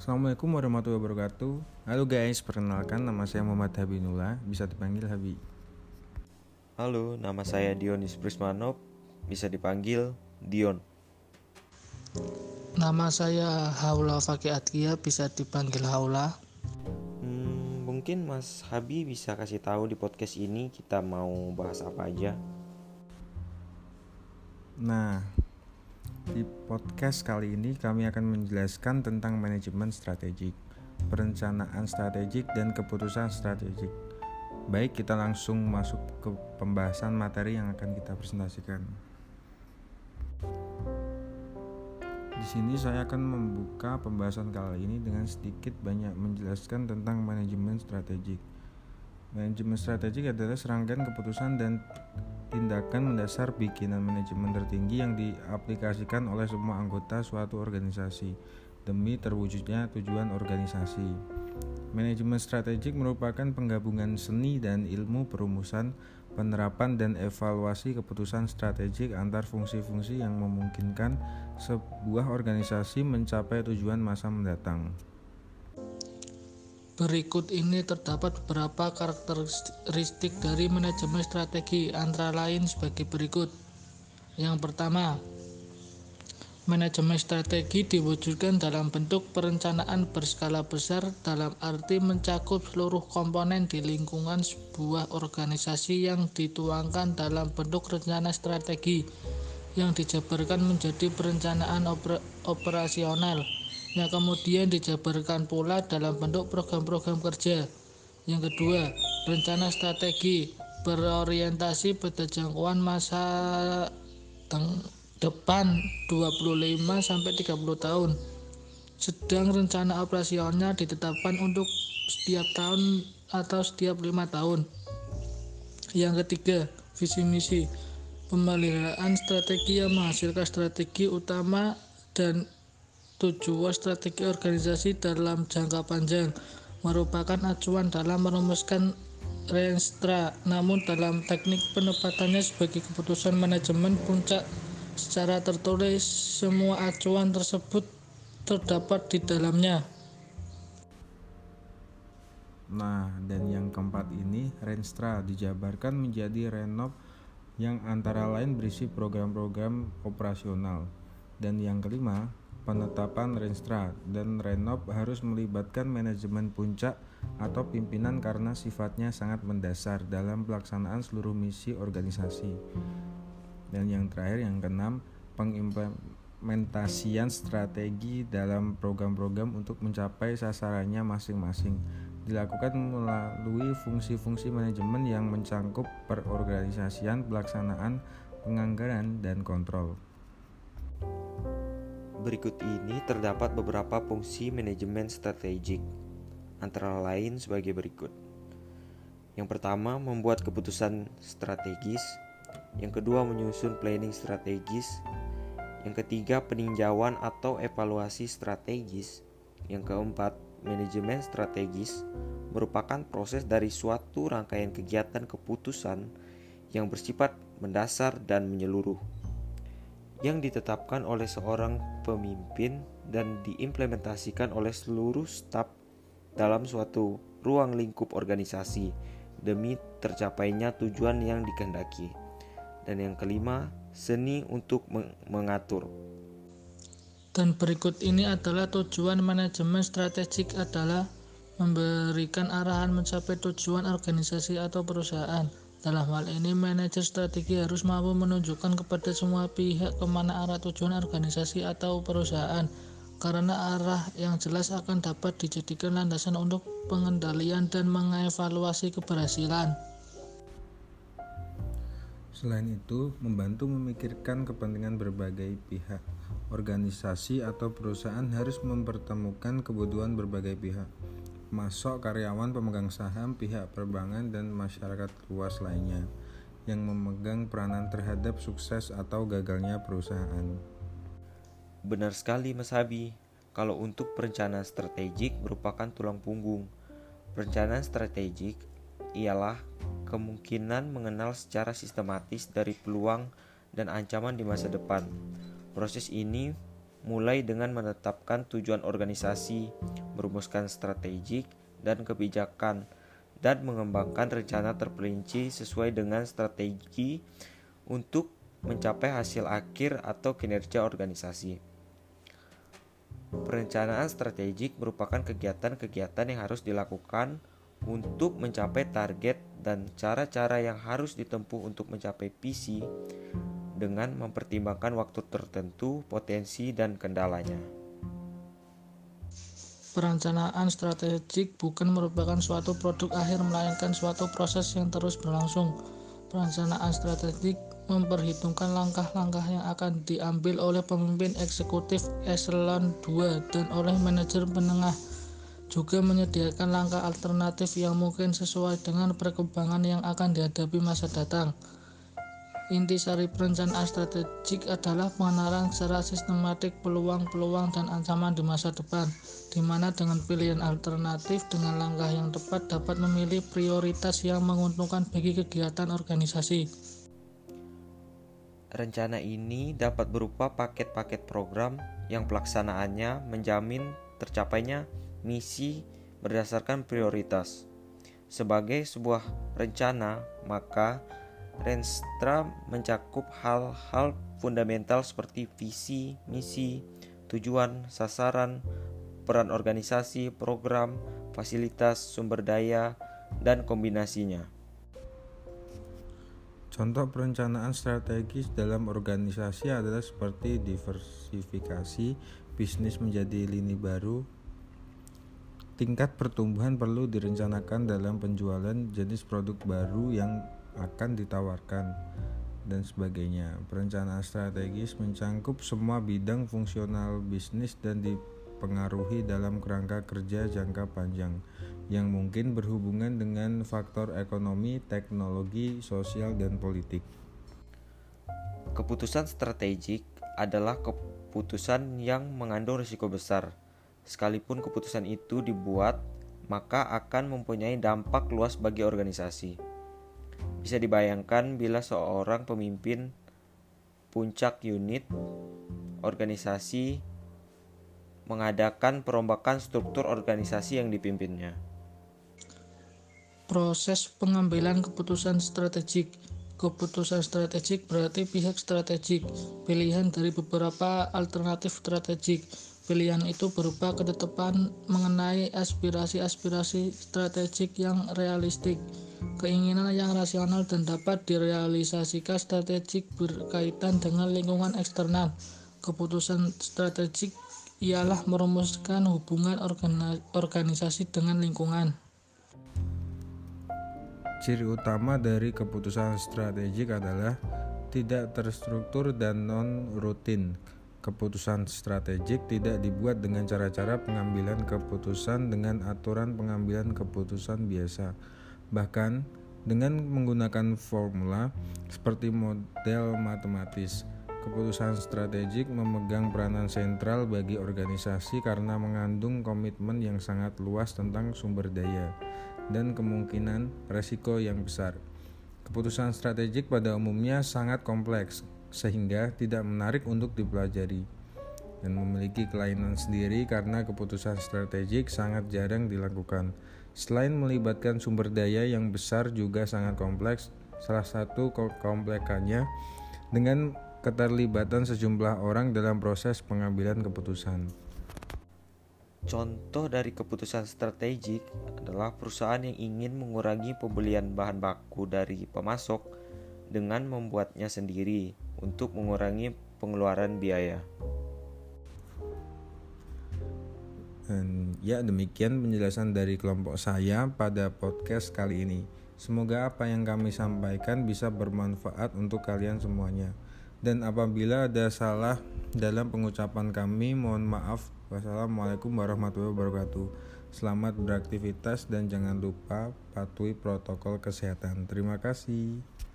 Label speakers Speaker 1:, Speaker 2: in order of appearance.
Speaker 1: Assalamualaikum warahmatullahi wabarakatuh. Halo guys, perkenalkan nama saya Muhammad Habinullah, bisa dipanggil Habi.
Speaker 2: Halo, nama saya Dionis Prismanov, bisa dipanggil Dion.
Speaker 3: Nama saya Haula Fakih Atkia, bisa dipanggil Haula.
Speaker 2: Mungkin Mas Habi bisa kasih tahu di podcast ini kita mau bahas apa aja?
Speaker 1: Nah, di podcast kali ini kami akan menjelaskan tentang manajemen strategik, perencanaan strategik, dan keputusan strategik. Baik, kita langsung masuk ke pembahasan materi yang akan kita presentasikan. Di sini saya akan membuka pembahasan kali ini dengan sedikit banyak menjelaskan tentang manajemen strategik. Manajemen strategik adalah serangkaian keputusan dan tindakan mendasar bikinan manajemen tertinggi yang diaplikasikan oleh semua anggota suatu organisasi demi terwujudnya tujuan organisasi. Manajemen strategik merupakan penggabungan seni dan ilmu perumusan, penerapan dan evaluasi keputusan strategik antar fungsi-fungsi yang memungkinkan sebuah organisasi mencapai tujuan masa mendatang.
Speaker 3: Berikut ini terdapat beberapa karakteristik dari manajemen strategi, antara lain sebagai berikut. Yang pertama, manajemen strategi diwujudkan dalam bentuk perencanaan berskala besar, dalam arti mencakup seluruh komponen di lingkungan sebuah organisasi yang dituangkan dalam bentuk rencana strategi yang dijabarkan menjadi perencanaan operasional yang kemudian dijabarkan pula dalam bentuk program-program kerja. Yang kedua, rencana strategi berorientasi pada jangkauan masa depan 25-30 tahun. Sedang rencana operasionalnya ditetapkan untuk setiap tahun atau setiap 5 tahun. Yang ketiga, visi misi. Pemeliharaan strategi yang menghasilkan strategi utama dan tujuan strategi organisasi dalam jangka panjang merupakan acuan dalam merumuskan Renstra. Namun dalam teknik penempatannya sebagai keputusan manajemen puncak secara tertulis, semua acuan tersebut terdapat di dalamnya.
Speaker 1: Nah, dan yang keempat ini, Renstra dijabarkan menjadi Renov yang antara lain berisi program-program operasional. Dan yang kelima, penetapan Renstra dan Renov harus melibatkan manajemen puncak atau pimpinan karena sifatnya sangat mendasar dalam pelaksanaan seluruh misi organisasi. Dan yang terakhir, yang keenam, pengimplementasian strategi dalam program-program untuk mencapai sasarannya masing-masing dilakukan melalui fungsi-fungsi manajemen yang mencangkup perorganisasian, pelaksanaan, penganggaran, dan kontrol.
Speaker 2: Berikut ini terdapat beberapa fungsi manajemen strategik, antara lain sebagai berikut. Yang pertama, membuat keputusan strategis. Yang kedua, menyusun planning strategis. Yang ketiga, peninjauan atau evaluasi strategis. Yang keempat, manajemen strategis merupakan proses dari suatu rangkaian kegiatan keputusan yang bersifat mendasar dan menyeluruh, yang ditetapkan oleh seorang pemimpin dan diimplementasikan oleh seluruh staf dalam suatu ruang lingkup organisasi demi tercapainya tujuan yang dikehendaki. Dan yang kelima, seni untuk mengatur.
Speaker 3: Dan berikut ini adalah tujuan manajemen strategik adalah memberikan arahan mencapai tujuan organisasi atau perusahaan. Dalam hal ini, manajer strategi harus mampu menunjukkan kepada semua pihak kemana arah tujuan organisasi atau perusahaan, karena arah yang jelas akan dapat dijadikan landasan untuk pengendalian dan mengevaluasi keberhasilan.
Speaker 1: Selain itu, membantu memikirkan kepentingan berbagai pihak. Organisasi atau perusahaan harus mempertemukan kebutuhan berbagai pihak, termasuk karyawan, pemegang saham, pihak perbankan, dan masyarakat luas lainnya yang memegang peranan terhadap sukses atau gagalnya perusahaan.
Speaker 2: Benar sekali Mas Habi, kalau untuk perencanaan strategik merupakan tulang punggung. Perencanaan strategik ialah kemungkinan mengenal secara sistematis dari peluang dan ancaman di masa depan. Proses ini mulai dengan menetapkan tujuan organisasi, merumuskan strategik dan kebijakan, dan mengembangkan rencana terperinci sesuai dengan strategi untuk mencapai hasil akhir atau kinerja organisasi. Perencanaan strategik merupakan kegiatan-kegiatan yang harus dilakukan untuk mencapai target dan cara-cara yang harus ditempuh untuk mencapai visi dengan mempertimbangkan waktu tertentu, potensi, dan kendalanya.
Speaker 3: Perencanaan strategik bukan merupakan suatu produk akhir, melainkan suatu proses yang terus berlangsung. Perencanaan strategik memperhitungkan langkah-langkah yang akan diambil oleh pemimpin eksekutif eselon 2 dan oleh manajer penengah, juga menyediakan langkah alternatif yang mungkin sesuai dengan perkembangan yang akan dihadapi masa datang. Intisari perencanaan strategik adalah pengenalan secara sistematik peluang-peluang dan ancaman di masa depan, di mana dengan pilihan alternatif dengan langkah yang tepat dapat memilih prioritas yang menguntungkan bagi kegiatan organisasi.
Speaker 2: Rencana ini dapat berupa paket-paket program yang pelaksanaannya menjamin tercapainya misi berdasarkan prioritas. Sebagai sebuah rencana, maka Renstra mencakup hal-hal fundamental seperti visi, misi, tujuan, sasaran, peran organisasi, program, fasilitas, sumber daya, dan kombinasinya.
Speaker 1: Contoh perencanaan strategis dalam organisasi adalah seperti diversifikasi bisnis menjadi lini baru. Tingkat pertumbuhan perlu direncanakan dalam penjualan jenis produk baru yang akan ditawarkan, dan sebagainya. Perencanaan strategis mencakup semua bidang fungsional bisnis dan dipengaruhi dalam kerangka kerja jangka panjang yang mungkin berhubungan dengan faktor ekonomi, teknologi, sosial, dan politik.
Speaker 2: Keputusan strategik adalah keputusan yang mengandung risiko besar. Sekalipun keputusan itu dibuat, maka akan mempunyai dampak luas bagi organisasi. Bisa dibayangkan bila seorang pemimpin puncak unit organisasi mengadakan perombakan struktur organisasi yang dipimpinnya.
Speaker 3: Proses pengambilan keputusan strategik. Keputusan strategik berarti pihak strategik, pilihan dari beberapa alternatif strategik. Pilihan itu berupa ketetapan mengenai aspirasi-aspirasi strategik yang realistik, keinginan yang rasional dan dapat direalisasikan. Strategik berkaitan dengan lingkungan eksternal. Keputusan strategik ialah merumuskan hubungan organisasi dengan lingkungan.
Speaker 1: Ciri utama dari keputusan strategik adalah tidak terstruktur dan non-rutin. Keputusan strategik tidak dibuat dengan cara-cara pengambilan keputusan dengan aturan pengambilan keputusan biasa, bahkan dengan menggunakan formula seperti model matematis. Keputusan strategik memegang peranan sentral bagi organisasi karena mengandung komitmen yang sangat luas tentang sumber daya dan kemungkinan resiko yang besar. Keputusan strategik pada umumnya sangat kompleks, sehingga tidak menarik untuk dipelajari, dan memiliki kelainan sendiri karena keputusan strategik sangat jarang dilakukan. Selain melibatkan sumber daya yang besar juga sangat kompleks, salah satu kekomplekannya dengan keterlibatan sejumlah orang dalam proses pengambilan keputusan.
Speaker 2: Contoh dari keputusan strategik adalah perusahaan yang ingin mengurangi pembelian bahan baku dari pemasok dengan membuatnya sendiri untuk mengurangi pengeluaran biaya.
Speaker 1: Dan ya, demikian penjelasan dari kelompok saya pada podcast kali ini. Semoga apa yang kami sampaikan bisa bermanfaat untuk kalian semuanya. Dan apabila ada salah dalam pengucapan kami, mohon maaf. Wassalamualaikum warahmatullahi wabarakatuh. Selamat beraktivitas dan jangan lupa patuhi protokol kesehatan. Terima kasih.